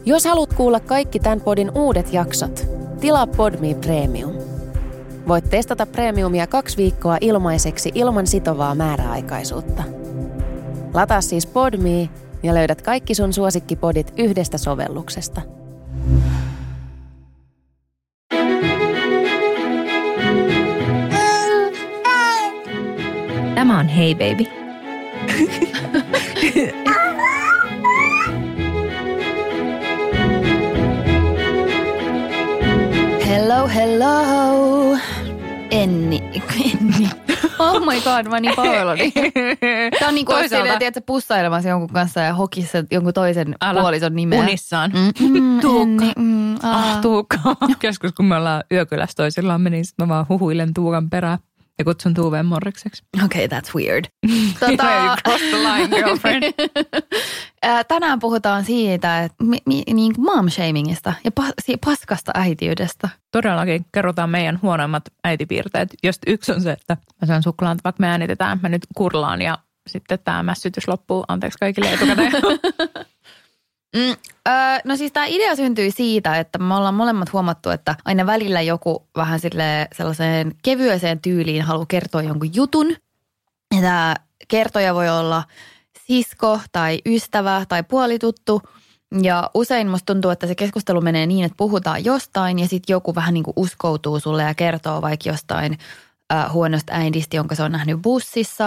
Jos haluat kuulla kaikki tämän podin uudet jaksot, tilaa Podme Premium. Voit testata Premiumia 2 viikkoa ilmaiseksi ilman sitovaa määräaikaisuutta. Lataa siis Podme ja löydät kaikki sun suosikkipodit yhdestä sovelluksesta. Tämä on Hey Baby. Hello, hello. Enni. Oh my god, mä niin pahoillani. Tää on niin kuin silleen, tiedätkö, pussailemassa jonkun kanssa ja hokissa jonkun toisen puolison nimeä. Unissaan. Tuukka. Tuukka. Joskus kun me ollaan yökylässä toisillaan, niin sit mä vaan huhuilen Tuukan perään ja kutsun Tuuveen morrikseksi. Okay, that's weird. You crossed the line, girlfriend. Tänään puhutaan siitä, että niin mom-shamingista ja paskasta äitiydestä. Todellakin kerrotaan meidän huonoimmat äitipiirteet. Just yksi on se, että mä syön suklaata, vaikka me äänitetään, mä nyt kurlaan ja sitten tämä mässytys loppuu. Anteeksi kaikille etukäteen. No siis tämä idea syntyi siitä, että me ollaan molemmat huomattu, että aina välillä joku vähän sellaiseen kevyeseen tyyliin haluaa kertoa jonkun jutun. Ja tämä kertoja voi olla sisko tai ystävä tai puolituttu. Ja usein musta tuntuu, että se keskustelu menee niin, että puhutaan jostain ja sitten joku vähän niin kuin uskoutuu sulle ja kertoo vaikka jostain huonosta äidistä, jonka se on nähnyt bussissa.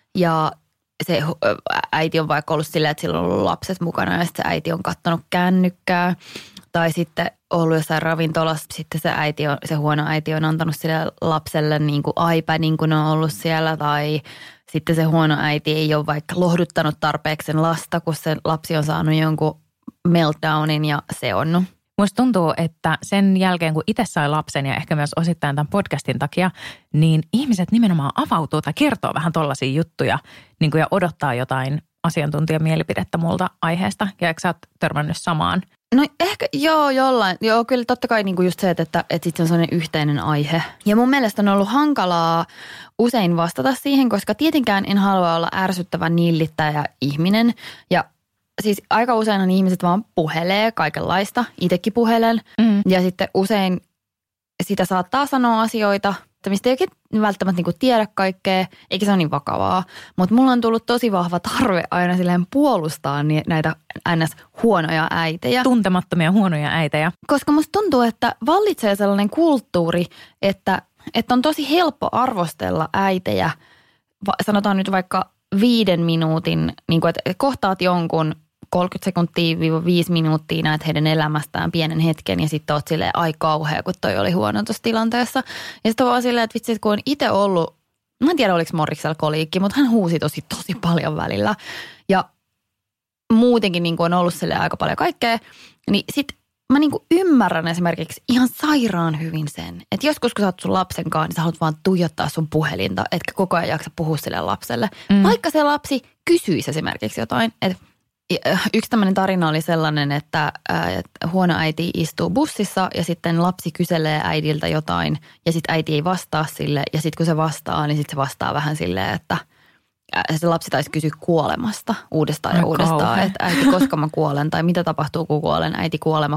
Ja se äiti on vaikka ollut silleen, että sillä on ollut lapset mukana ja sitten se äiti on katsonut kännykkää. Tai sitten ollut jossain ravintolassa, sitten se huono äiti on antanut sille lapselle niin kuin iPadin, kun on ollut siellä. Tai sitten se huono äiti ei ole vaikka lohduttanut tarpeeksi sen lasta, kun se lapsi on saanut jonkun meltdownin ja seonnut. Musta tuntuu, että sen jälkeen, kun itse sai lapsen ja ehkä myös osittain tämän podcastin takia, niin ihmiset nimenomaan avautuu tai kertoo vähän tollaisia juttuja niin kuin ja odottaa jotain asiantuntijamielipidettä multa aiheesta. Ja eikö sä oot törmännyt samaan? No ehkä jollain. Joo, kyllä totta kai niin kuin just se, että sit se on sellainen yhteinen aihe. Ja mun mielestä on ollut hankalaa usein vastata siihen, koska tietenkään en halua olla ärsyttävä nillittäjä ihminen. Ja siis aika useinhan ihmiset vaan puhelee kaikenlaista. Itsekin puhelen. Ja sitten usein sitä saattaa sanoa asioita, mistä ei oikein välttämättä niinku tiedä kaikkea, eikä se ole niin vakavaa. Mutta mulla on tullut tosi vahva tarve aina silleen puolustaa näitä ns. Huonoja äitejä. Tuntemattomia huonoja äitejä. Koska musta tuntuu, että vallitsee sellainen kulttuuri, että on tosi helppo arvostella äitejä. Sanotaan nyt vaikka 5 minuutin, niin kuin, että kohtaat jonkun 30 sekuntia-5 minuuttia näet heidän elämästään pienen hetken ja sitten oot silleen, ai kauhea, kun toi oli huono tuossa tilanteessa. Ja sitten on vaan silleen, että vitsi, kun on itse ollut, mä en tiedä oliko Morriksella koliikki, mutta hän huusi tosi paljon välillä. Ja muutenkin niin kuin on ollut silleen aika paljon kaikkea, niin sitten mä niin kuin ymmärrän esimerkiksi ihan sairaan hyvin sen, että joskus kun sä oot sun lapsen kanssa, niin sä haluat vaan tuijottaa sun puhelinta, etkä koko ajan jaksa puhua sille lapselle. Vaikka se lapsi kysyisi esimerkiksi jotain, että yksi tämmöinen tarina oli sellainen, että huono äiti istuu bussissa ja sitten lapsi kyselee äidiltä jotain ja sitten äiti ei vastaa sille. Ja sitten kun se vastaa, niin sitten se vastaa vähän silleen, että se lapsi taisi kysyä kuolemasta uudestaan ja uudestaan. Että äiti, koska mä kuolen tai mitä tapahtuu kun kuolen. Äiti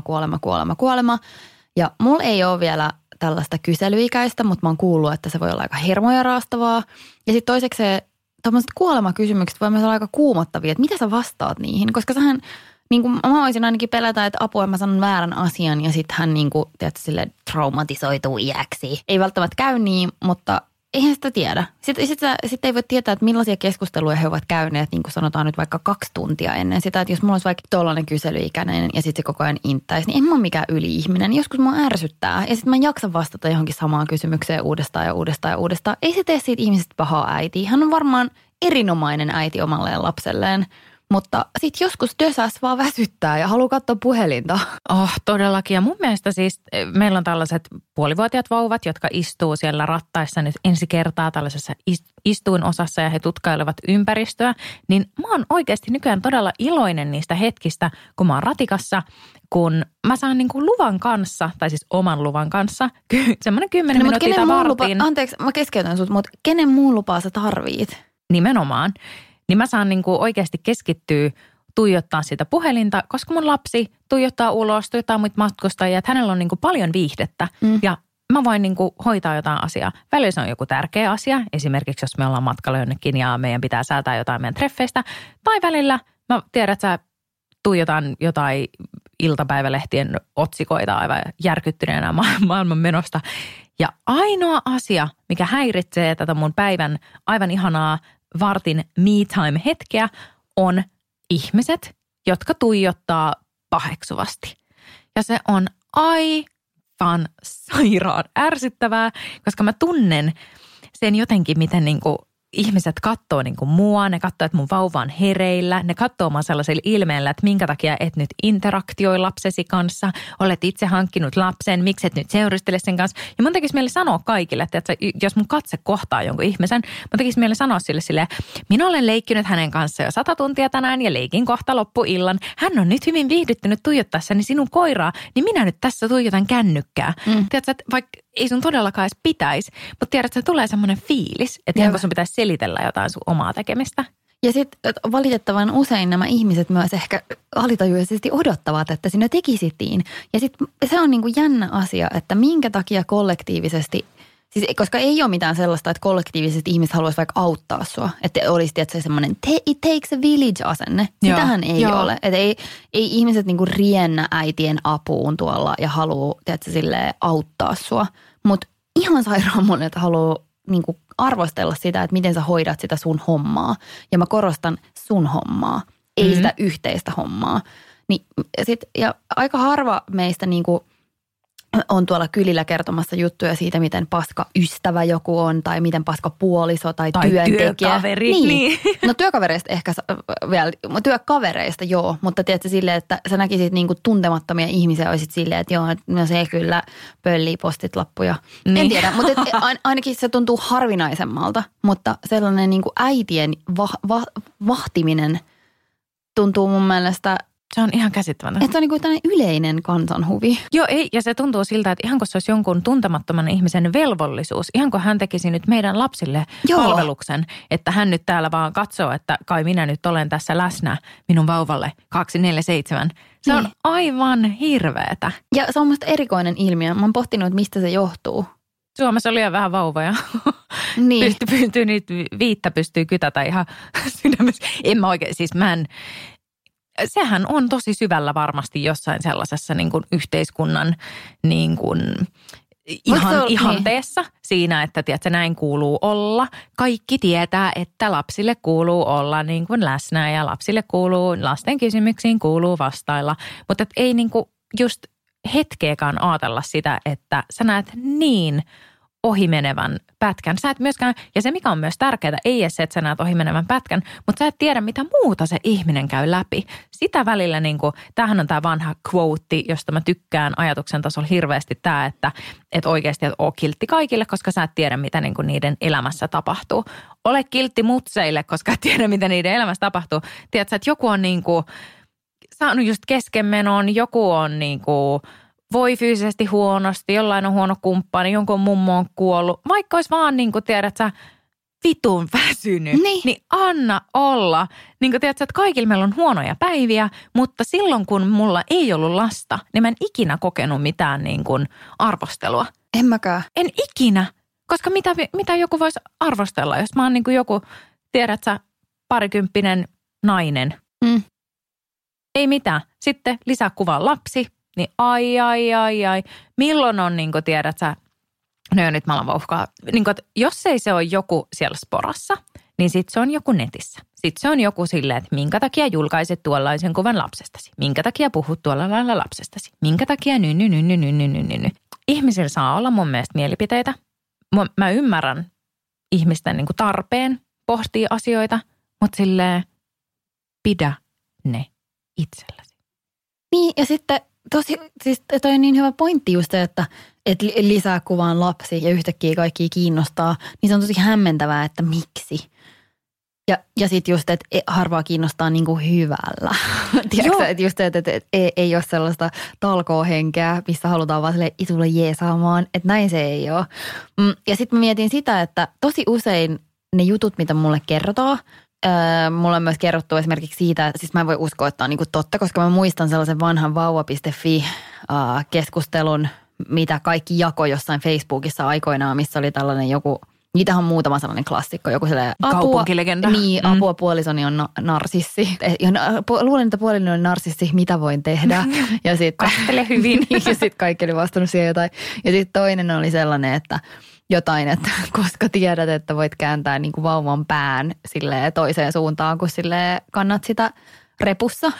kuolema. Ja mulla ei ole vielä tällaista kyselyikäistä, mutta mä oon kuullut, että se voi olla aika hermoja raastavaa. Ja sitten toiseksi se tämmöiset kuolemakysymykset voi myös olla aika kuumottavia, että mitä sä vastaat niihin, koska sähän, niin kuin mä voisin ainakin pelätä, että apua mä sanon väärän asian ja sitten hän niin kuin, tiedätkö, silleen traumatisoituu iäksi. Ei välttämättä käy niin, mutta eihän sitä tiedä. Sitten ei voi tietää, että millaisia keskusteluja he ovat käyneet, niin kuin sanotaan nyt vaikka 2 tuntia ennen sitä, että jos mulla olisi vaikka tollainen kyselyikäinen ja sitten se koko ajan inttäisi, niin en mä ole mikään yli-ihminen. Joskus mua ärsyttää ja sitten mä en jaksa vastata johonkin samaan kysymykseen uudestaan. Ei se tee siitä ihmisestä pahaa äitiä. Hän on varmaan erinomainen äiti omalle lapselleen. Mutta sitten joskus dösäs vaan väsyttää ja haluaa katsoa puhelinta. Todellakin. Ja mun mielestä siis meillä on tällaiset puolivuotiaat vauvat, jotka istuu siellä rattaissa nyt ensi kertaa tällaisessa istuinosassa ja he tutkailevat ympäristöä. Niin mä oon oikeasti nykyään todella iloinen niistä hetkistä, kun mä oon ratikassa, kun mä saan niinku luvan kanssa, tai siis oman luvan kanssa, semmoinen 10 minuuttia tai vartin. Anteeksi, mä keskeytän sut, mutta kenen muun lupaa sä tarvit? Nimenomaan. Niin mä saan niinku oikeasti keskittyä tuijottaa sitä puhelinta, koska mun lapsi tuijottaa ulos, tuijottaa muita matkustajia, että hänellä on niin kuin paljon viihdettä ja mä voin niin kuin hoitaa jotain asiaa. Välillä se on joku tärkeä asia, esimerkiksi jos me ollaan matkalla jonnekin ja meidän pitää säätää jotain meidän treffeistä. Tai välillä mä tiedän, että sä tuijotan jotain iltapäivälehtien otsikoita aivan järkyttyneenä maailman menosta. Ja ainoa asia, mikä häiritsee tätä mun päivän aivan ihanaa vartin me-time-hetkeä, on ihmiset, jotka tuijottaa paheksuvasti. Ja se on aivan sairaan ärsyttävää, koska mä tunnen sen jotenkin, miten niinku ihmiset katsoo niinku mua, ne katsoo, että mun vauva on hereillä, ne katsoo mua sellaisella ilmeellä, että minkä takia et nyt interaktioi lapsesi kanssa, olet itse hankkinut lapsen, miksi et nyt seurustele sen kanssa. Ja mun tekisi mieli sanoa kaikille, että jos mun katse kohtaa jonkun ihmisen, mun tekisi mieli sanoa sille silleen, minä olen leikkinyt hänen kanssa jo 100 tuntia tänään ja leikin kohta loppuillan. Hän on nyt hyvin viihdyttynyt tuijottaessani sinun koiraa, niin minä nyt tässä tuijotan kännykkää. Tiedätkö, että vaikka ei sun todellakaan edes pitäisi, mutta tiedätkö, että tulee semmoinen fiilis, että ihan kun sun pitäisi selitellä jotain sun omaa tekemistä. Ja sitten valitettavan usein nämä ihmiset myös ehkä alitajuisesti odottavat, että sinä tekisittiin. Ja sitten se on niinku jännä asia, että minkä takia kollektiivisesti, siis koska ei ole mitään sellaista, että kollektiivisesti ihmiset haluaisi vaikka auttaa sua. Että olisi tietysti semmoinen it takes a village-asenne. Sitähän ei ole. Että ei ihmiset niinku riennä äitien apuun tuolla ja haluaa tietysti silleen auttaa sua. Mutta ihan sairaan monet haluaa niinku arvostella sitä, että miten sä hoidat sitä sun hommaa. Ja mä korostan sun hommaa, ei sitä yhteistä hommaa. Ja aika harva meistä niinku on tuolla kylillä kertomassa juttuja siitä, miten paska ystävä joku on, tai miten paska puoliso tai työntekijä. Työkaveri. Niin. No työkavereista ehkä vielä, työkavereista joo, mutta tiedätkö silleen, että sä näkisit niinku tuntemattomia ihmisiä, olisit silleen, että joo, no se kyllä pöllii postit-lappuja. Niin. En tiedä, mutta ainakin se tuntuu harvinaisemmalta, mutta sellainen niinku äitien vahtiminen tuntuu mun mielestä. Se on ihan käsittämätöntä. Että se on niin tämmöinen yleinen kansanhuvi. Joo, ei. Ja se tuntuu siltä, että ihan kun se olisi jonkun tuntemattoman ihmisen velvollisuus, ihan kun hän tekisi nyt meidän lapsille palveluksen, että hän nyt täällä vaan katsoo, että kai minä nyt olen tässä läsnä minun vauvalle 247. Se on aivan hirveetä. Ja se on musta erikoinen ilmiö. Mä oon pohtinut, että mistä se johtuu. Suomessa on liian vähän vauvoja. Niin. Pystyy niitä 5 pystyy kytätä ihan sydämessä. En mä oikein, siis mä en. Sehän on tosi syvällä varmasti jossain sellaisessa niin kuin yhteiskunnan niin kuin ihanteessa siinä, että tiedätkö, näin kuuluu olla. Kaikki tietää, että lapsille kuuluu olla niin kuin läsnä ja lapsille kuuluu, lasten kysymyksiin kuuluu vastailla. Mutta ei niin kuin just hetkeäkaan ajatella sitä, että sä näet niin ohimenevän pätkän. Sä et myöskään, ja se mikä on myös tärkeää, ei edes se, että sä näet ohimenevän pätkän, mutta sä et tiedä, mitä muuta se ihminen käy läpi. Sitä välillä, niin kuin, tämähän on tämä vanha quote, josta mä tykkään ajatuksen tasolla hirveästi tämä, että oikeasti et ole kiltti kaikille, koska sä et tiedä, mitä niin kuin niiden elämässä tapahtuu. Ole kiltti mutseille, koska et tiedä, mitä niiden elämässä tapahtuu. Tiedätkö, että joku on niin kuin saanut just keskenmenon, joku on niin kuin voi fyysisesti huonosti, jollain on huono kumppani, jonkun mummo on kuollut. Vaikka olisi vaan niin kuin tiedät sä, vitun väsynyt, niin anna olla. Niin kuin tiedät sä, että kaikilla meillä on huonoja päiviä, mutta silloin kun mulla ei ollut lasta, niin mä en ikinä kokenut mitään niin kuin arvostelua. En mäkään. En ikinä, koska mitä joku voisi arvostella, jos mä oon niin kuin joku, tiedät sä, parikymppinen nainen. Ei mitään. Sitten lisäkuva lapsi. Niin ai. Milloin on, niin kuin tiedät sä, no nyt mä alan vauhkaa. Niin kuin, että jos ei se ole joku siellä sporassa, niin sitten se on joku netissä. Sitten se on joku silleen, että minkä takia julkaiset tuollaisen kuvan lapsestasi. Minkä takia puhut tuolla lailla lapsestasi. Minkä takia ny. Ihmisillä saa olla mun mielestä mielipiteitä. Mä ymmärrän ihmisten niin kuin tarpeen pohtia asioita, mutta silleen pidä ne itselläsi. Niin ja sitten siis toi on niin hyvä pointti just se, että lisää kuvaan lapsi ja yhtäkkiä kaikki kiinnostaa, niin se on tosi hämmentävää, että miksi. Ja sitten just, että harvaa kiinnostaa niin kuin hyvällä. Tiedätkö, että just että ei ole sellaista talkoohenkeä, missä halutaan vaan silleen itulle jeesaamaan, että näin se ei ole. Ja sitten mä mietin sitä, että tosi usein ne jutut, mitä mulle kerrotaan, mulla on myös kerrottu esimerkiksi siitä, siis mä en voi uskoa, että on niin kuin totta, koska mä muistan sellaisen vanhan vauva.fi-keskustelun, mitä kaikki jako jossain Facebookissa aikoinaan, missä oli tällainen joku, niitähän on muutama sellainen klassikko, joku sellainen kaupunkilegenda. Niin, apua puolisoni on narsissi. Luulen, että puolini on narsissi, mitä voin tehdä. Ja sitten kahtele hyvin. Ja sitten kaikki oli vastannut siihen jotain. Ja sitten toinen oli sellainen, että jotain, että koska tiedät, että voit kääntää niin kuin vauvan pään silleen toiseen suuntaan, kun silleen kannat sitä repussa.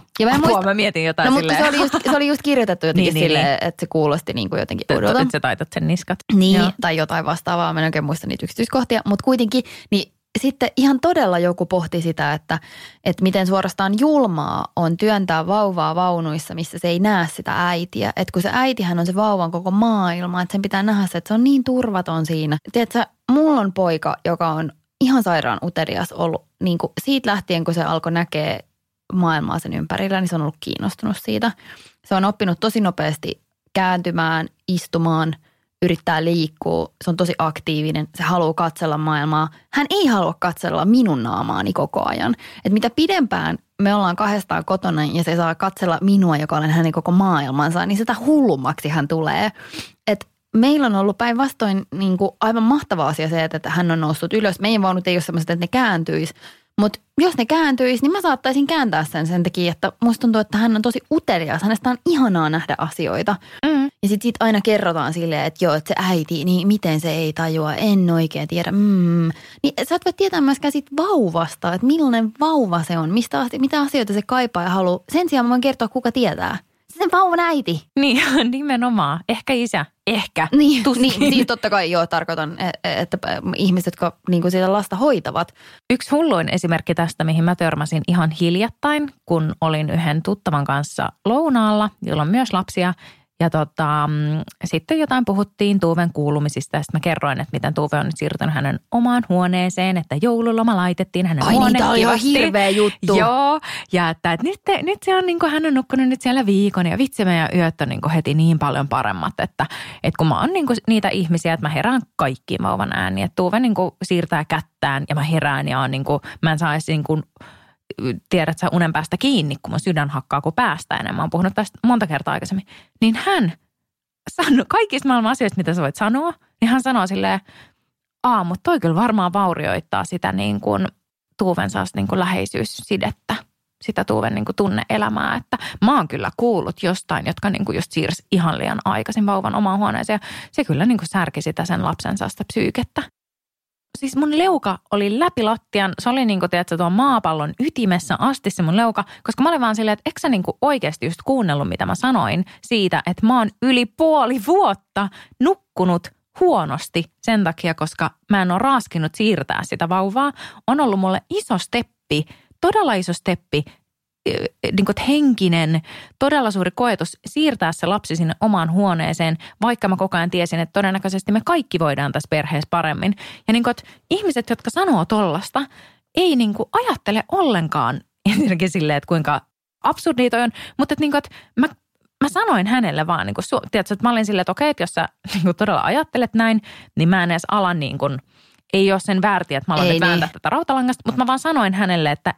Mä mietin jotain no, silleen. Mutta se oli just kirjoitettu jotenkin silleen, että se kuulosti niin kuin jotenkin oudolta. Että sä taitat sen niskat. Niin, joo. Tai jotain vastaavaa. Mä en oikein muista niitä yksityiskohtia, mutta kuitenkin, niin sitten ihan todella joku pohti sitä, että miten suorastaan julmaa on työntää vauvaa vaunuissa, missä se ei näe sitä äitiä. Että kun se äitihän on se vauvan koko maailma, että sen pitää nähdä se, että se on niin turvaton siinä. Tiedätkö, mulla on poika, joka on ihan sairaan utelias ollut niin kuin siitä lähtien, kun se alkoi näkee maailmaa sen ympärillä, niin se on ollut kiinnostunut siitä. Se on oppinut tosi nopeasti kääntymään, istumaan, yrittää liikkua. Se on tosi aktiivinen. Se haluaa katsella maailmaa. Hän ei halua katsella minun naamaani koko ajan. Et mitä pidempään me ollaan kahdestaan kotona ja se saa katsella minua, joka olen hänen koko maailmansa, niin sitä hullummaksi hän tulee. Et meillä on ollut päinvastoin niin kuin aivan mahtava asia se, että hän on noussut ylös. Meidän vaunut ei ole sellaiset, että ne kääntyisi. Mutta jos ne kääntyisi, niin mä saattaisin kääntää sen takia, että musta tuntuu, että hän on tosi utelias. Hänestä on ihanaa nähdä asioita. Ja sitten siitä aina kerrotaan silleen, että joo, että se äiti, niin miten se ei tajua, en oikein tiedä. Niin sä et voi tietää myöskään siitä vauvasta, että millainen vauva se on, mitä asioita se kaipaa ja haluaa. Sen sijaan mä voin kertoa, kuka tietää. Sen vauvan äiti. Niin, nimenomaan. Ehkä isä. Ehkä. Niin, siis totta kai joo, tarkoitan, että ihmiset, jotka niin kuin sitä lasta hoitavat. Yksi hulluin esimerkki tästä, mihin mä törmäsin ihan hiljattain, kun olin yhden tuttavan kanssa lounaalla, jolla on myös lapsia. Ja sitten jotain puhuttiin Tuuven kuulumisista ja sitten mä kerroin, että miten Tuuve on nyt siirtynyt hänen omaan huoneeseen, että joululoma laitettiin hänen huoneen. Ai niitä on ihan hirveä juttu. Joo, ja että nyt se on niin kuin, hän on nukkunut nyt siellä viikon ja vitsi meidän yöt on niin kuin heti niin paljon paremmat, että kun mä oon niin kuin niitä ihmisiä, että mä herään kaikkiin vauvan ääniin, että Tuuve niin kuin siirtää kättään ja mä herään ja on niin kuin, mä en saisi niin kuin tiedät sä unen päästä kiinni, kun mun sydän hakkaa kuin päästä enemmän. Mä oon puhunut tästä monta kertaa aikaisemmin. Niin hän sanoo, kaikista maailman asioista, mitä sä voit sanoa, niin hän sanoo silleen, mutta toi kyllä varmaan vaurioittaa sitä niin kuin Tuuven saas niin kuin läheisyyssidettä, sitä Tuuven niin kuin tunne-elämää. Että mä oon kyllä kuullut jostain, jotka niin kuin just siirsi ihan liian aikaisin vauvan omaan huoneeseen. Se kyllä niin kuin särki sitä sen lapsensa sitä psyykettä. Siis mun leuka oli läpi lattian, se oli niin kuin, tiedätkö, tuon maapallon ytimessä asti se mun leuka, koska mä olin vaan silleen, että eikö sä niin kuin oikeasti just kuunnellut, mitä mä sanoin siitä, että mä oon yli puoli vuotta nukkunut huonosti sen takia, koska mä en ole raaskinut siirtää sitä vauvaa. On ollut mulle iso steppi, todella iso steppi, niin kuin henkinen, todella suuri koetus siirtää se lapsi sinne omaan huoneeseen, vaikka mä koko ajan tiesin, että todennäköisesti me kaikki voidaan tässä perheessä paremmin. Ja niin kuin, että ihmiset, jotka sanoo tollasta, ei niin kuin ajattele ollenkaan ensinnäkin silleen, että kuinka absurdia toi on, mutta että, niin kuin, että mä sanoin hänelle vaan, niin kuin, tiedätkö, että mä olin silleen, että okei, että jos sä niin kuin todella ajattelet näin, niin mä en edes ala niin kuin, ei ole sen väärtiä, että mä alan nyt vääntää tätä rautalangasta, mutta mä vaan sanoin hänelle, että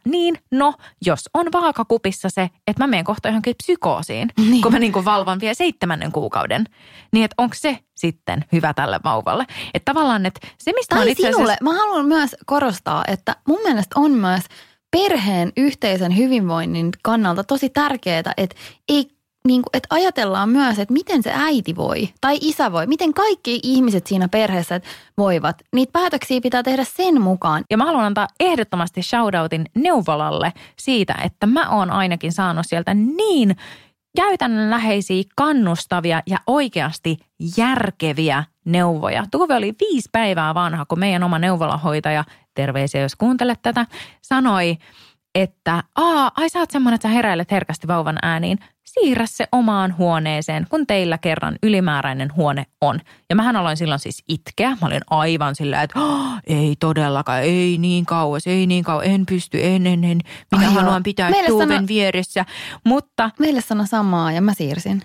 jos on vaakakupissa se, että mä menen kohta johonkin psykoosiin, kun mä niin kuin valvon vielä 7. kuukauden, niin että onko se sitten hyvä tälle vauvalle. Että tavallaan, että se mistä on itse asiassa... Mä haluan myös korostaa, että mun mielestä on myös perheen yhteisen hyvinvoinnin kannalta tosi tärkeää, että ei niin kuin, että ajatellaan myös, että miten se äiti voi tai isä voi, miten kaikki ihmiset siinä perheessä voivat. Niitä päätöksiä pitää tehdä sen mukaan. Ja mä haluan antaa ehdottomasti shoutoutin neuvolalle siitä, että mä oon ainakin saanut sieltä niin käytännönläheisiä, kannustavia ja oikeasti järkeviä neuvoja. Tuve oli 5 päivää vanha, kun meidän oma neuvolahoitaja, terveisiä jos kuuntelet tätä, sanoi, että sä oot semmoinen, että sä heräilet herkästi vauvan ääniin. Siirrä se omaan huoneeseen, kun teillä kerran ylimääräinen huone on. Ja mähän aloin silloin siis itkeä. Mä olin aivan sillä, että ei todellakaan, ei niin kauas, en pysty, en. Minä haluan pitää Tuuven vieressä. Mutta meille sanoi samaa ja mä siirsin.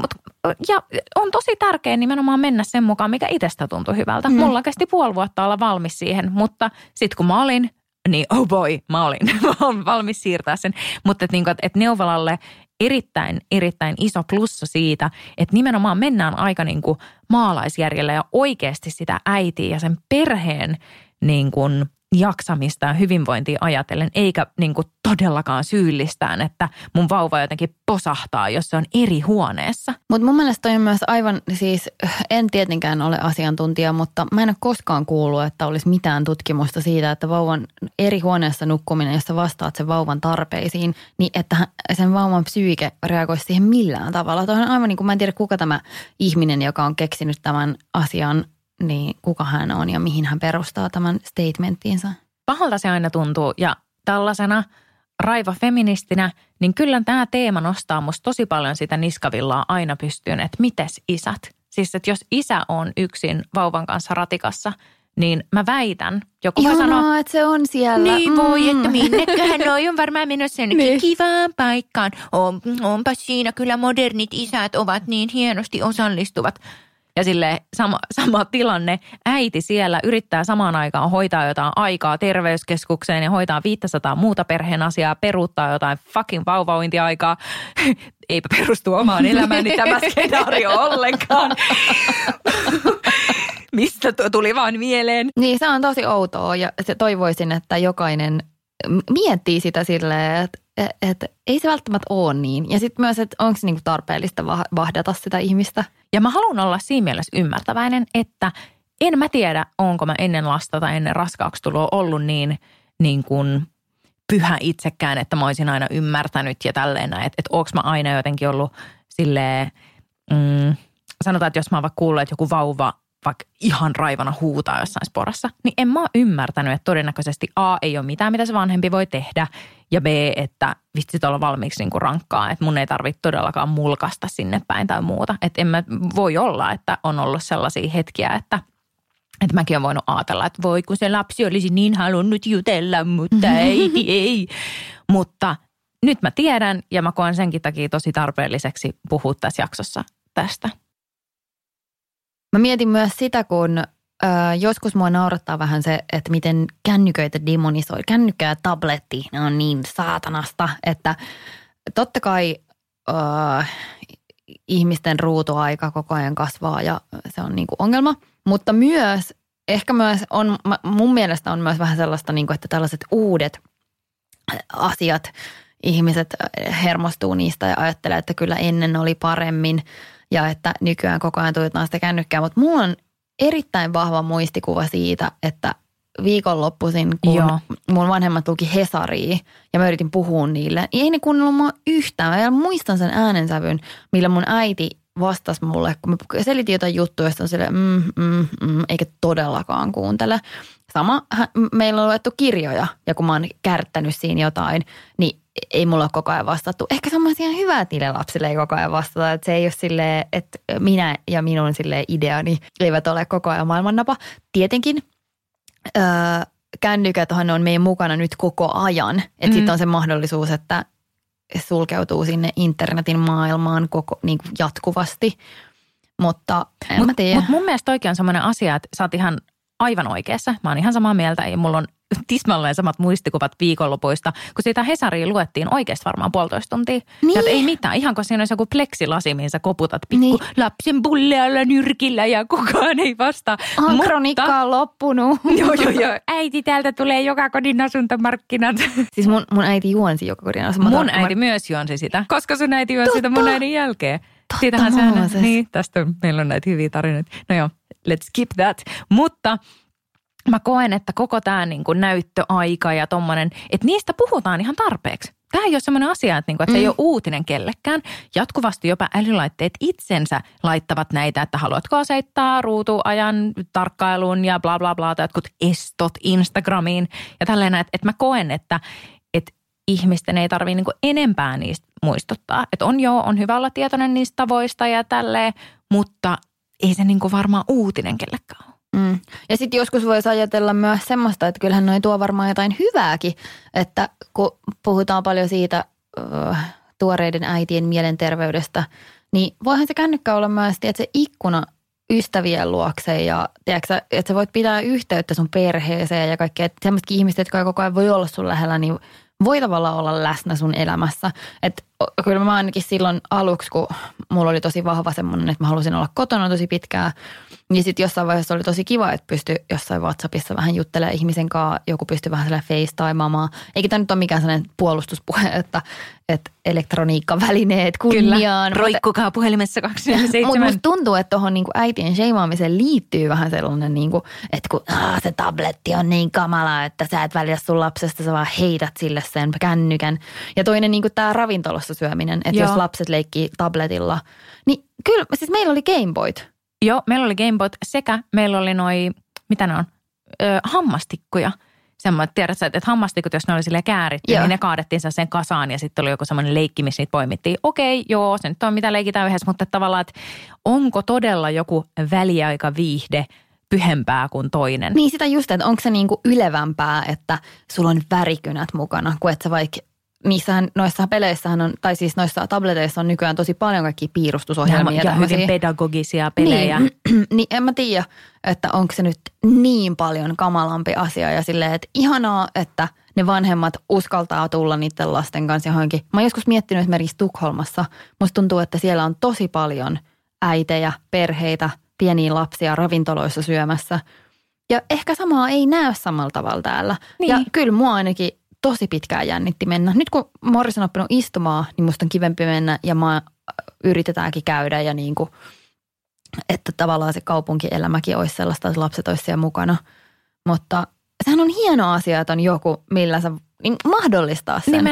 Ja on tosi tärkeää nimenomaan mennä sen mukaan, mikä itsestä tuntui hyvältä. Mulla kesti 5 vuotta olla valmis siihen, mutta sitten kun mä olin, niin oh boy, mä olin valmis siirtää sen. Mutta että neuvolalle erittäin iso plussa siitä, että nimenomaan mennään aika niin kuin maalaisjärjellä ja oikeasti sitä äitiä ja sen perheen niin kuin jaksamista ja hyvinvointia ajatellen, eikä niin kuin todellakaan syyllistään, että mun vauva jotenkin posahtaa, jos se on eri huoneessa. Mutta mun mielestä toi on myös aivan, siis en tietenkään ole asiantuntija, mutta mä en ole koskaan kuullut, että olisi mitään tutkimusta siitä, että vauvan eri huoneessa nukkuminen, jossa vastaat sen vauvan tarpeisiin, niin että sen vauvan psyyke reagoisi siihen millään tavalla. Toi on aivan niin kuin, mä en tiedä kuka tämä ihminen, joka on keksinyt tämän asian, niin kuka hän on ja mihin hän perustaa tämän statementtiinsa. Pahalta se aina tuntuu ja tällaisena raiva-feministinä, niin kyllä tämä teema nostaa musta tosi paljon sitä niskavillaa aina pystyyn, että mites isät? Siis että jos isä on yksin vauvan kanssa ratikassa, niin mä väitän, joku voi sanoa, että se on siellä. Niin voi, että minneköhän noi on varmaan menossa jonnekin kivaan paikkaan. Onpa siinä kyllä modernit isät ovat niin hienosti osallistuvat. Ja silleen sama tilanne, äiti siellä yrittää samaan aikaan hoitaa jotain aikaa terveyskeskukseen ja hoitaa 500 muuta perheen asiaa, peruuttaa jotain fucking vauvauintiaikaa. Eipä perustu omaan elämääni tämä skenaario ollenkaan. Mistä tuo tuli vaan mieleen? Niin se on tosi outoa ja toivoisin, että jokainen miettii sitä silleen, että ei se välttämättä ole niin. Ja sitten myös, että onko se niinku tarpeellista vahdata sitä ihmistä. Ja mä haluan olla siinä mielessä ymmärtäväinen, että en mä tiedä, onko mä ennen lasta tai ennen raskaaksi tuloa ollut niin kuin pyhä itsekään, että mä olisin aina ymmärtänyt ja tälleen näin. Että onko mä aina jotenkin ollut silleen, sanotaan, että jos mä oon vaikka kuullut, että joku vauva vaikka ihan raivana huutaa jossain sporassa, niin en mä ole ymmärtänyt, että todennäköisesti A, ei ole mitään, mitä se vanhempi voi tehdä, ja B, että vitsit olla valmiiksi niin kuin rankkaa, että mun ei tarvitse todellakaan mulkasta sinne päin tai muuta. Että en mä voi olla, että on ollut sellaisia hetkiä, että mäkin olen voinut ajatella, että voi kun se lapsi olisi niin halunnut jutella, mutta ei. Mutta nyt mä tiedän ja mä koen senkin takia tosi tarpeelliseksi puhua tässä jaksossa tästä. Mä mietin myös sitä, kun joskus mua naurattaa vähän se, että miten kännyköitä demonisoi. Kännykkä ja tabletti, ne on niin saatanasta, että totta kai ihmisten ruutuaika koko ajan kasvaa ja se on niinku ongelma. Mutta myös, ehkä myös on, mun mielestä on myös vähän sellaista, niinku, että tällaiset uudet asiat, ihmiset hermostuu niistä ja ajattelee, että kyllä ennen oli paremmin. Ja että nykyään koko ajan tuijotetaan sitä kännykkää, mutta mulla on erittäin vahva muistikuva siitä, että viikonloppuisin, kun mun vanhemmat luki Hesaria ja mä yritin puhua niille, niin ei ne kuunnellut mua yhtään. Mä vielä muistan sen äänensävyn, millä mun äiti vastasi mulle, kun mä selitin jotain juttuja, josta on silleen, eikä todellakaan kuuntele. Sama, meillä on luettu kirjoja ja kun mä oon kärttänyt siinä jotain, niin ei mulla ole koko ajan vastattu. Ehkä semmoisia hyvää, että niille lapsille ei koko ajan vastata. Että se ei ole silleen, että minä ja minun silleen ideani eivät ole koko ajan maailmannapa. Tietenkin kännykäthän on meidän mukana nyt koko ajan. Että sitten on se mahdollisuus, että sulkeutuu sinne internetin maailmaan niin kuin jatkuvasti. Mutta en mä tiedä. Mutta mun mielestä oikein on semmoinen asia, että sä oot ihan aivan oikeassa. Mä oon ihan samaa mieltä ja mulla on tismalleen samat muistikuvat viikonlopuista, kun siitä Hesariin luettiin oikeasti varmaan 1,5 tuntia. Niin. Ja ei mitään, ihan kun siinä olisi joku pleksilasi, mihin sä koputat pikku lapsen bullealla nyrkillä ja kukaan ei vastaa. Kronikka on loppunut. Joo. Äiti, täältä tulee joka kodin asuntomarkkinat. Siis mun äiti juonsi joka kodin asuntomarkkinat. Mun äiti myös juonsi sitä, koska sun äiti juonsi sitä mun äidin jälkeen. Siitähän sehän, niin, tästä meillä on näitä hyviä tarinoita. No joo, let's skip that. Mutta mä koen, että koko tämä niin kuin näyttöaika ja tommonen, että niistä puhutaan ihan tarpeeksi. Tämä ei ole semmoinen asia, että se ei ole uutinen kellekään. Jatkuvasti jopa älylaitteet itsensä laittavat näitä, että haluatko asettaa ruutuajan tarkkailuun ja bla bla bla, tai jotkut estot Instagramiin ja tällainen, että mä koen, että ihmisten ei tarvitse niin kuin enempää niistä muistuttaa. Että on hyvä olla tietoinen niistä tavoista ja tälleen, mutta ei se niin kuin varmaan uutinen kellekään ole. Ja sitten joskus voisi ajatella myös semmoista, että kyllähän noi tuo varmaan jotain hyvääkin, että kun puhutaan paljon siitä tuoreiden äitien mielenterveydestä, niin voihan se kännykkä olla myös, että se ikkuna ystävien luokse ja tiedätkö, että sä voit pitää yhteyttä sun perheeseen ja kaikkea. Että semmoisetkin ihmiset, jotka ei koko ajan voi olla sun lähellä, niin voi tavallaan olla läsnä sun elämässä. Että kyllä mä ainakin silloin aluksi, kun mulla oli tosi vahva semmoinen, että mä halusin olla kotona tosi pitkään, niin sitten jossain vaiheessa oli tosi kiva, että pystyi jossain WhatsAppissa vähän juttelemaan ihmisen kanssa. Joku pystyi vähän sellainen FaceTimaamaan. Eikä tämä nyt ole mikään sellainen puolustuspuhe, että elektroniikkavälineet kunniaan. Kyllä, roikkukaa puhelimessa 24/7. Mutta musta tuntuu, että tuohon niinku äitien sheimaamiseen liittyy vähän sellainen, niinku, että kun se tabletti on niin kamala, että sä et välitä sun lapsesta, sä vaan heität sille sen kännykän. Ja toinen niinku tämä ravintolassa syöminen, että jos lapset leikkii tabletilla, niin kyllä, siis meillä oli Gameboyt. Joo, meillä oli Gameboyt sekä meillä oli mitä ne on, hammastikkuja. Semmoinen, tiedätkö, että hammastikut, jos ne oli silleen kääritty, niin ne kaadettiin sen kasaan ja sitten oli joku semmoinen leikki, missä niitä poimittiin. Okei, joo, se nyt on mitä leikitään yhdessä, mutta tavallaan, että onko todella joku väliaikaviihde pyhempää kuin toinen? Niin sitä just, että onko se niinku ylevämpää, että sulla on värikynät mukana, kuin että sä vaikka noissa peleissähän on, tai siis noissa tableteissa on nykyään tosi paljon kaikkia piirustusohjelmia. Ja hyvin pedagogisia pelejä. Niin en mä tiedä, että onko se nyt niin paljon kamalampi asia ja silleen, että ihanaa, että ne vanhemmat uskaltaa tulla niiden lasten kanssa johonkin. Mä oon joskus miettinyt esimerkiksi Tukholmassa. Musta tuntuu, että siellä on tosi paljon äitejä, perheitä, pieniä lapsia ravintoloissa syömässä. Ja ehkä samaa ei näy samalla tavalla täällä. Niin. Ja kyllä mua ainakin tosi pitkään jännitti mennä. Nyt kun Morris on oppinut istumaan, niin musta on kivempi mennä ja yritetäänkin käydä ja niin kuin, että tavallaan se kaupunkielämäkin olisi sellaista, että lapset olisi siellä mukana. Mutta sehän on hieno asia, että on joku, millä sä niin mahdollistaa sen.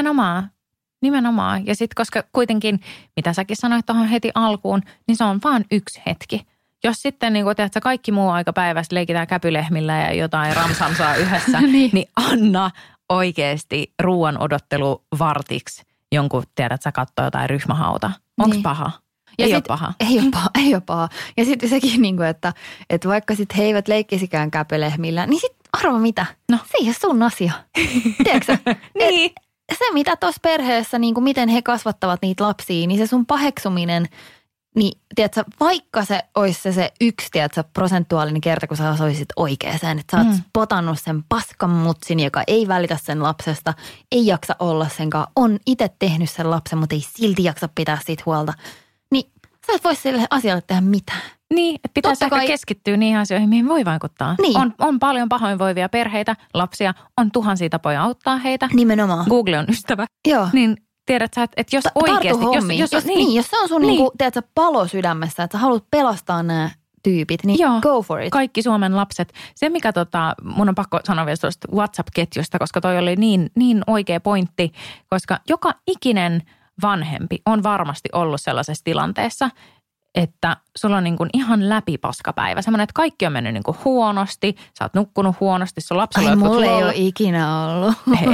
Nimenomaan. Ja sitten koska kuitenkin, mitä säkin sanoit tuohon heti alkuun, niin se on vaan yksi hetki. Jos sitten niin tiedät, sä kaikki muu aika päivästä leikitään käpylehmillä ja jotain ramsamsaa yhdessä, niin anna oikeasti ruoan odottelu vartiksi jonkun, tiedät sä katsoo jotain ryhmähauta. Onko paha? Ei ole paha. Ei ole paha. Ja sitten sekin, niin kuin, että vaikka sitten he eivät leikkisikään käpylehmillä, niin sitten arva mitä? No. Se ei ole sun asia. Tiedätkö niin. Se mitä tuossa perheessä, niin kuin miten he kasvattavat niitä lapsia, niin se sun paheksuminen, niin tiedätkö, vaikka se olisi se yksi, tiedätkö, prosentuaalinen kerta, kun sä olisit oikeeseen, että sä oot potannut sen paskan mutsin, joka ei välitä sen lapsesta, ei jaksa olla senkaan, on itse tehnyt sen lapsen, mutta ei silti jaksa pitää siitä huolta, niin sä et voi sille asialle tehdä mitään. Niin, että pitäisi ehkä keskittyä niihin asioihin, mihin voi vaikuttaa. Niin. On paljon pahoinvoivia perheitä, lapsia, on tuhansia tapoja auttaa heitä. Nimenomaan. Google on ystävä. Joo. Niin tiedät sä, että jos oikeasti... Jos se on sun niin. Tiedätkö, palo sydämessä, että sä haluat pelastaa nämä tyypit, niin go for it. Kaikki Suomen lapset. Se, mikä mun on pakko sanoa vielä tuosta WhatsApp-ketjusta, koska toi oli niin oikea pointti, koska joka ikinen vanhempi on varmasti ollut sellaisessa tilanteessa, että sulla on niin kuin ihan läpipaskapäivä. Semmoinen, että kaikki on mennyt niin kuin huonosti, sä oot nukkunut huonosti, sun lapsella on mulla ei ole ikinä ollut.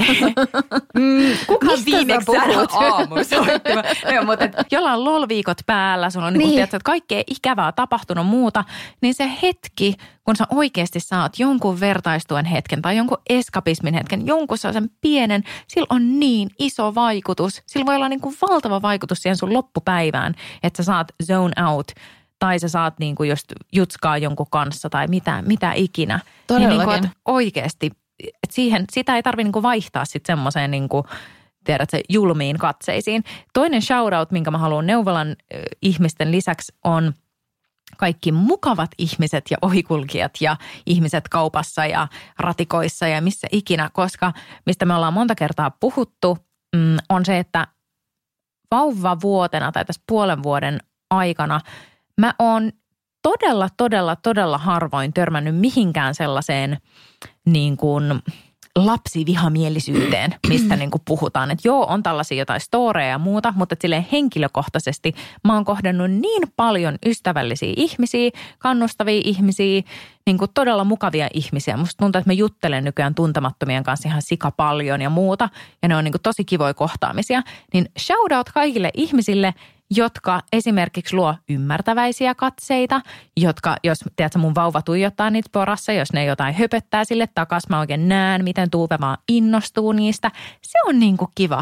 Kuka viimeksi aamussa? Mutta jolla on LOL-viikot päällä, sulla on niin kuin, tiedätkö, että kaikkea ikävää tapahtunut muuta, niin se hetki, kun sä oikeasti saat jonkun vertaistuen hetken tai jonkun eskapismin hetken, jonkun sellaisen pienen, sillä on niin iso vaikutus. Sillä voi olla niin kuin valtava vaikutus siihen sun loppupäivään, että sä saat zone out tai sä saat niin kuin just jutskaa jonkun kanssa tai mitä ikinä. Todellakin. Niin kuin, oikeasti, että sitä ei tarvitse niin kuin vaihtaa sitten semmoiseen niin kuin, tiedätkö, julmiin katseisiin. Toinen shoutout, minkä mä haluan Neuvolan ihmisten lisäksi on kaikki mukavat ihmiset ja ohikulkijat ja ihmiset kaupassa ja ratikoissa ja missä ikinä, koska mistä me ollaan monta kertaa puhuttu, on se, että vauvavuotena tai tässä puolen vuoden aikana mä oon todella harvoin törmännyt mihinkään sellaiseen niin kuin lapsivihamielisyyteen, mistä niin kuin puhutaan. Että joo, on tällaisia jotain storeja ja muuta, mutta silleen henkilökohtaisesti mä oon kohdannut niin paljon ystävällisiä ihmisiä, kannustavia ihmisiä, niin kuin todella mukavia ihmisiä. Musta tuntuu, että mä juttelen nykyään tuntemattomien kanssa ihan sika paljon ja muuta, ja ne on niin kuin tosi kivoja kohtaamisia. Niin shout out kaikille ihmisille, jotka esimerkiksi luo ymmärtäväisiä katseita, jotka, jos tiedätkö, mun vauva tuijottaa niitä porassa, jos ne jotain höpöttää sille takas, mä oikein näen, miten Tuuve vaan innostuu niistä. Se on niin kuin kiva.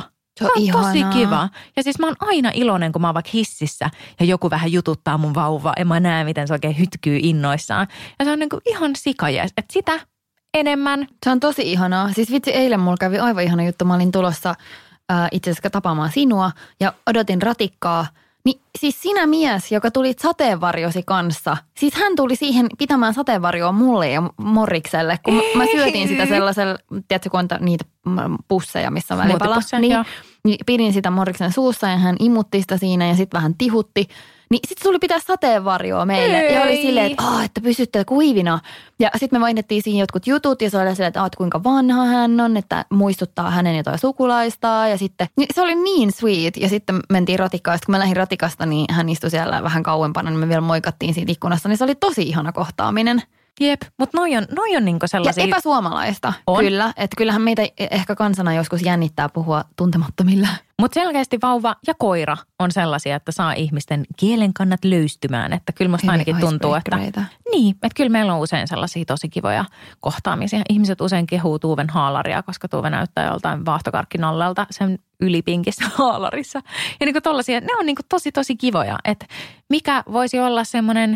Se on tosi kiva. Ja siis mä oon aina iloinen, kun mä oon vaikka hississä ja joku vähän jututtaa mun vauvaa ja mä näen, miten se oikein hytkyy innoissaan. Ja se on niinku ihan sikajees, että sitä enemmän. Se on tosi ihanaa. Siis vitsi, eilen mulla kävi aivan ihana juttu. Mä olin tulossa itse asiassa tapaamaan sinua ja odotin ratikkaa. Niin siis sinä mies, joka tuli sateenvarjosi kanssa, siis hän tuli siihen pitämään sateenvarjoa mulle ja Morikselle, kun mä syötin sitä sellaisella, tiedätkö kun on niitä pusseja, missä on välipala, niin pidin sitä Moriksen suussa ja hän imutti sitä siinä ja sitten vähän tihutti. Niin sitten tuli pitää sateenvarjoa meille ja oli silleen, että pysytte kuivina. Ja sitten me vaihdettiin siihen jotkut jutut ja se oli silleen, että kuinka vanha hän on, että muistuttaa hänen jotain sukulaistaan. Ja sitten se oli niin sweet ja sitten mentiin ratikkaan. Sitten kun mä lähdin ratikasta, niin hän istui siellä vähän kauempana, niin me vielä moikattiin siitä ikkunasta. Niin se oli tosi ihana kohtaaminen. Jep, mutta noi on niinku sellaisia... Ja epäsuomalaista, kyllä. Että kyllähän meitä ehkä kansana joskus jännittää puhua tuntemattomilla. Mutta selkeästi vauva ja koira on sellaisia, että saa ihmisten kielen kannat löystymään. Että kyllä musta ainakin tuntuu, että... Niin, että kyllä meillä on usein sellaisia tosi kivoja kohtaamisia. Ihmiset usein kehuu Tuuven haalaria, koska Tuuve näyttää joltain vaahtokarkkinallalta sen ylipinkissä haalarissa. Ja niinku tollaisia, ne on niinku tosi kivoja. Että mikä voisi olla semmoinen...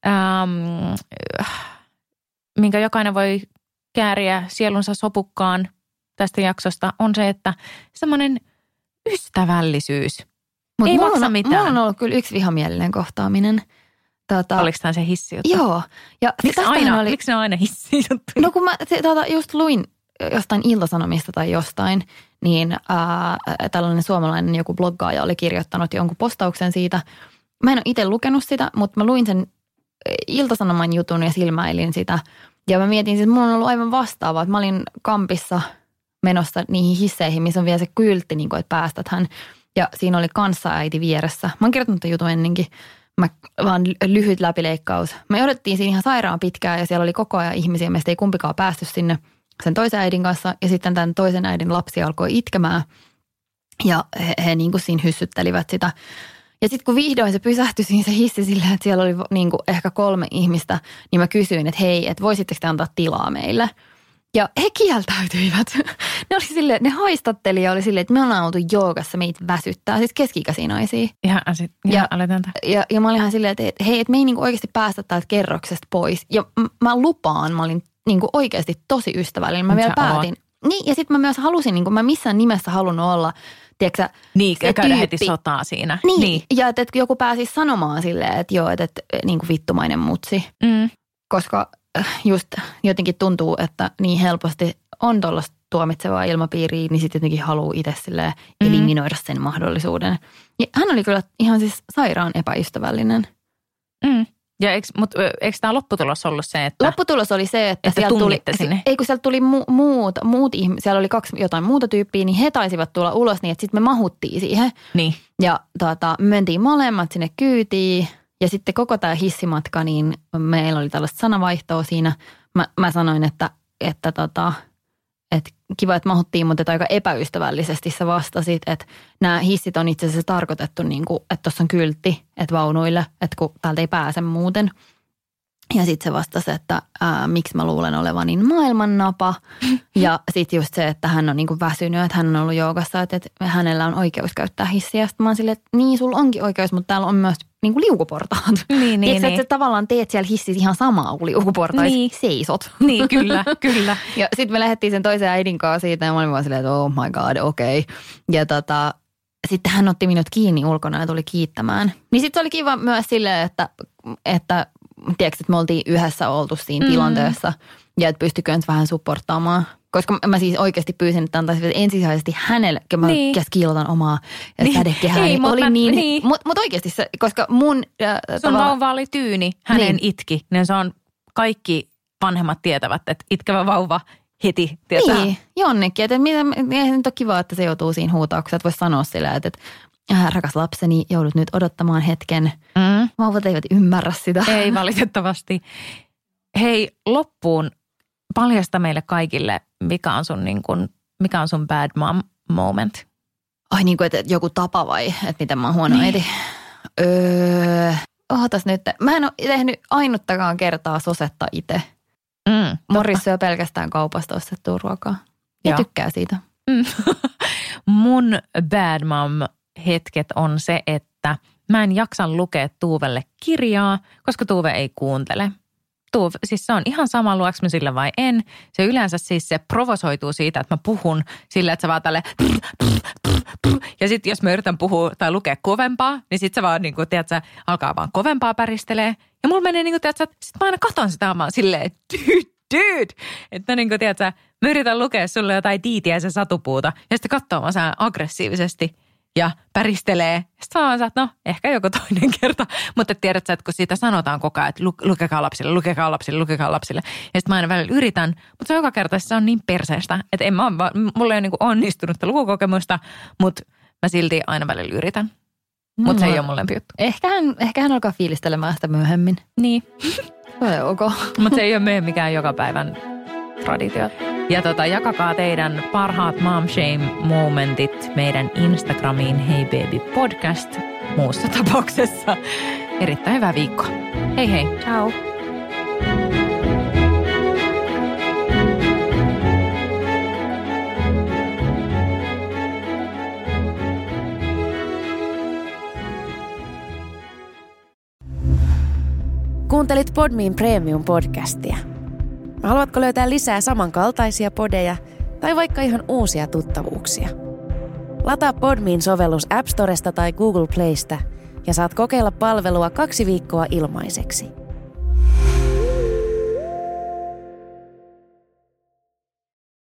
minkä jokainen voi kääriä sielunsa sopukkaan tästä jaksosta, on se, että semmoinen ystävällisyys. Ei maksa mitään. Mulla on ollut kyllä yksi vihamielinen kohtaaminen. Oliko tämä se hissijuttu? Joo. Ja miksi ne on aina hissijuttuja? No kun mä just luin jostain Ilta-Sanomista tai jostain, niin tällainen suomalainen joku bloggaaja oli kirjoittanut jonkun postauksen siitä. Mä en ole itse lukenut sitä, mutta mä luin sen Ilta-Sanoman jutun ja silmäilin sitä. Ja mä mietin, että mulla on ollut aivan vastaavaa, että mä olin kampissa menossa niihin hisseihin, missä on vielä se kyltti, niin kuin, että päästäthän. Ja siinä oli kanssaäiti vieressä. Mä oon kirjoittanut tämän jutun ennenkin. Vaan lyhyt läpileikkaus. Me odottiin siinä ihan sairaan pitkään ja siellä oli koko ajan ihmisiä. Meistä ei kumpikaan päästy sinne sen toisen äidin kanssa. Ja sitten tämän toisen äidin lapsi alkoi itkemään. Ja he niin kuin siinä hyssyttelivät sitä. Ja sitten kun vihdoin se pysähtyi siinä se hissi silleen, että siellä oli niin kuin ehkä 3 ihmistä, niin mä kysyin, että hei, että voisitteko te antaa tilaa meille? Ja he kieltäytyivät. Ne oli silleen, ne haistatteli ja oli silleen, että me ollaan oltu joogassa, meitä väsyttää. Siis keski-ikäisiä naisia. Ihan aletonta. Ja mä olin ihan silleen, että hei, että me ei niin kuin oikeasti päästä täältä kerroksesta pois. Ja mä lupaan, mä olin niin kuin oikeasti tosi ystävällinen. Mä vielä päätin. Niin, ja sitten mä myös halusin, niin kuin mä missään nimessä halunnut olla, tiedätkö niin, käydä heti sotaa siinä. Niin. Ja että joku pääsisi sanomaan silleen, että joo, että niin kuin vittumainen mutsi. Koska just jotenkin tuntuu, että niin helposti on tuollaista tuomitsevaa ilmapiiriä, niin sitten jotenkin haluaa itse silleen eliminoida sen mahdollisuuden. Ja hän oli kyllä ihan siis sairaan epäystävällinen. Ja eikö tämä lopputulos ollut se, että... Lopputulos oli se, että sieltä tuli, kun sieltä tuli muut ihmiset, siellä oli 2 jotain muuta tyyppiä, niin he taisivat tulla ulos niin, että sitten me mahuttiin siihen. Niin. Ja me mentiin molemmat sinne kyytiin ja sitten koko tämä hissimatka, niin meillä oli tällaista sanavaihtoa siinä. Mä sanoin, että kiva, että mahuttiin, mutta aika epäystävällisesti sä vastasit, että nämä hissit on itse asiassa tarkoitettu, niin kuin, että tuossa on kyltti, että vaunuille, että kun täältä ei pääse muuten. Ja sitten se vastasi, että miksi mä luulen olevan niin maailmannapa. Ja sitten just se, että hän on niin kuin väsynyt, että hän on ollut joogassa, että hänellä on oikeus käyttää hissiä. Sitten mä oon silleen, että niin, sulla onkin oikeus, mutta täällä on myös niin kuin liukuportaat. Niin. Tiedätkö, että sä tavallaan teet siellä hississä ihan samaa kuin liukuportaissa, seisot. Niin, kyllä. Ja sitten me lähdettiin sen toisen äidin kanssa siitä ja mä olin vaan silleen, että oh my god, okei. Ja sitten hän otti minut kiinni ulkona ja tuli kiittämään. Niin sitten se oli kiva myös silleen, että tiedätkö, että me oltiin yhdessä oltu siinä tilanteessa ja että pystykö vähän supportaamaan. Koska mä siis oikeasti pyysin, että antaisin ensisijaisesti hänelle, kun mä kiilotan omaa sädekehää. Mutta oikeasti se, koska mun... Sun vauva oli tyyni, hänen itki. Niin se on, kaikki vanhemmat tietävät, että itkevä vauva heti tietää. Niin, jonnekin. Että eihän nyt ole kiva, että se joutuu siinä huutaukseen. Että voisi sanoa sillä, että rakas lapseni, joudut nyt odottamaan hetken. Vauvat eivät ymmärrä sitä. Ei valitettavasti. Hei, loppuun paljasta meille kaikille, mikä on sun bad mom moment. Ai niin kuin, että joku tapa vai, että miten mä oon huono äiti. Ootas nyt. Mä en ole tehnyt ainuttakaan kertaa sosetta itse. Morris syö pelkästään kaupasta ostettua ruokaa. Ja tykkää siitä. mun bad mom hetket on se, että mä en jaksa lukea Tuuvelle kirjaa, koska Tuuve ei kuuntele. Tuuve, siis se on ihan sama, luoks mä sillä vai en. Se yleensä siis se provosoituu siitä, että mä puhun sillä, että se vaan tälle ja sitten jos mä yritän puhua tai lukea kovempaa, niin sitten se vaan niin kuin, tiedätkö, alkaa vaan kovempaa päristelee. Ja mulla menee niin kuin, tiedätkö, sitten mä aina katon sitä vaan silleen, dude. Että niin kuin, tiedätkö, mä yritän lukea sulle jotain Tiitiäisen satupuuta ja sitten katsoo vaan sä aggressiivisesti ja päristelee. Sitten vaan että no, ehkä joku toinen kerta. Mutta tiedätkö, että kun siitä sanotaan koko ajan, että lukekaa lapsille. Ja sitten mä aina välillä yritän, mutta se joka kerta se on niin perseestä, että mulla ei ole niinku onnistunutta lukukokemusta, mutta mä silti aina välillä yritän. Mutta se ei ole mun lempijuttu. Ehkä hän alkaa fiilistelemään sitä myöhemmin. Niin. Se on ok. Mutta se ei ole myöhemmin mikään joka päivän traditio. Ja jakakaa teidän parhaat mom shame momentit meidän Instagramiin Hey Baby Podcast. Muussa tapauksessa erittäin hyvää viikkoa. Hei hei. Ciao. Kuuntelit Podmin Premium-podcastia. Haluatko löytää lisää samankaltaisia podeja tai vaikka ihan uusia tuttavuuksia? Lataa Podmin sovellus App Storesta tai Google Playsta ja saat kokeilla palvelua 2 viikkoa ilmaiseksi.